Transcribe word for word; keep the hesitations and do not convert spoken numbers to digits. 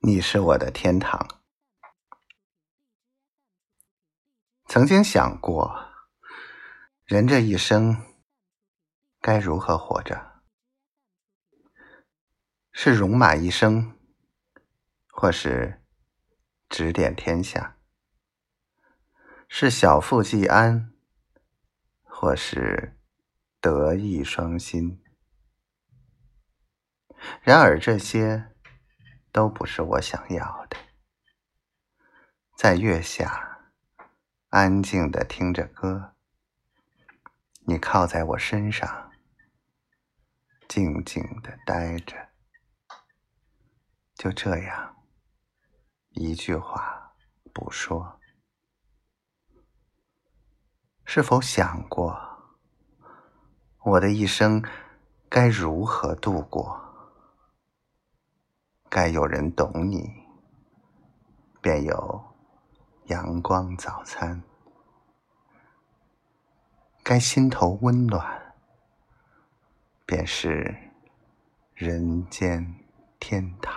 你是我的天堂。曾经想过，人这一生该如何活着？是戎马一生，或是指点天下；是小富即安，或是德艺双馨。然而这些都不是我想要的。在月下安静地听着歌，你靠在我身上，静静地待着，就这样一句话不说。是否想过，我的一生该如何度过？该有人懂你，便有阳光早餐；该心头温暖，便是人间天堂。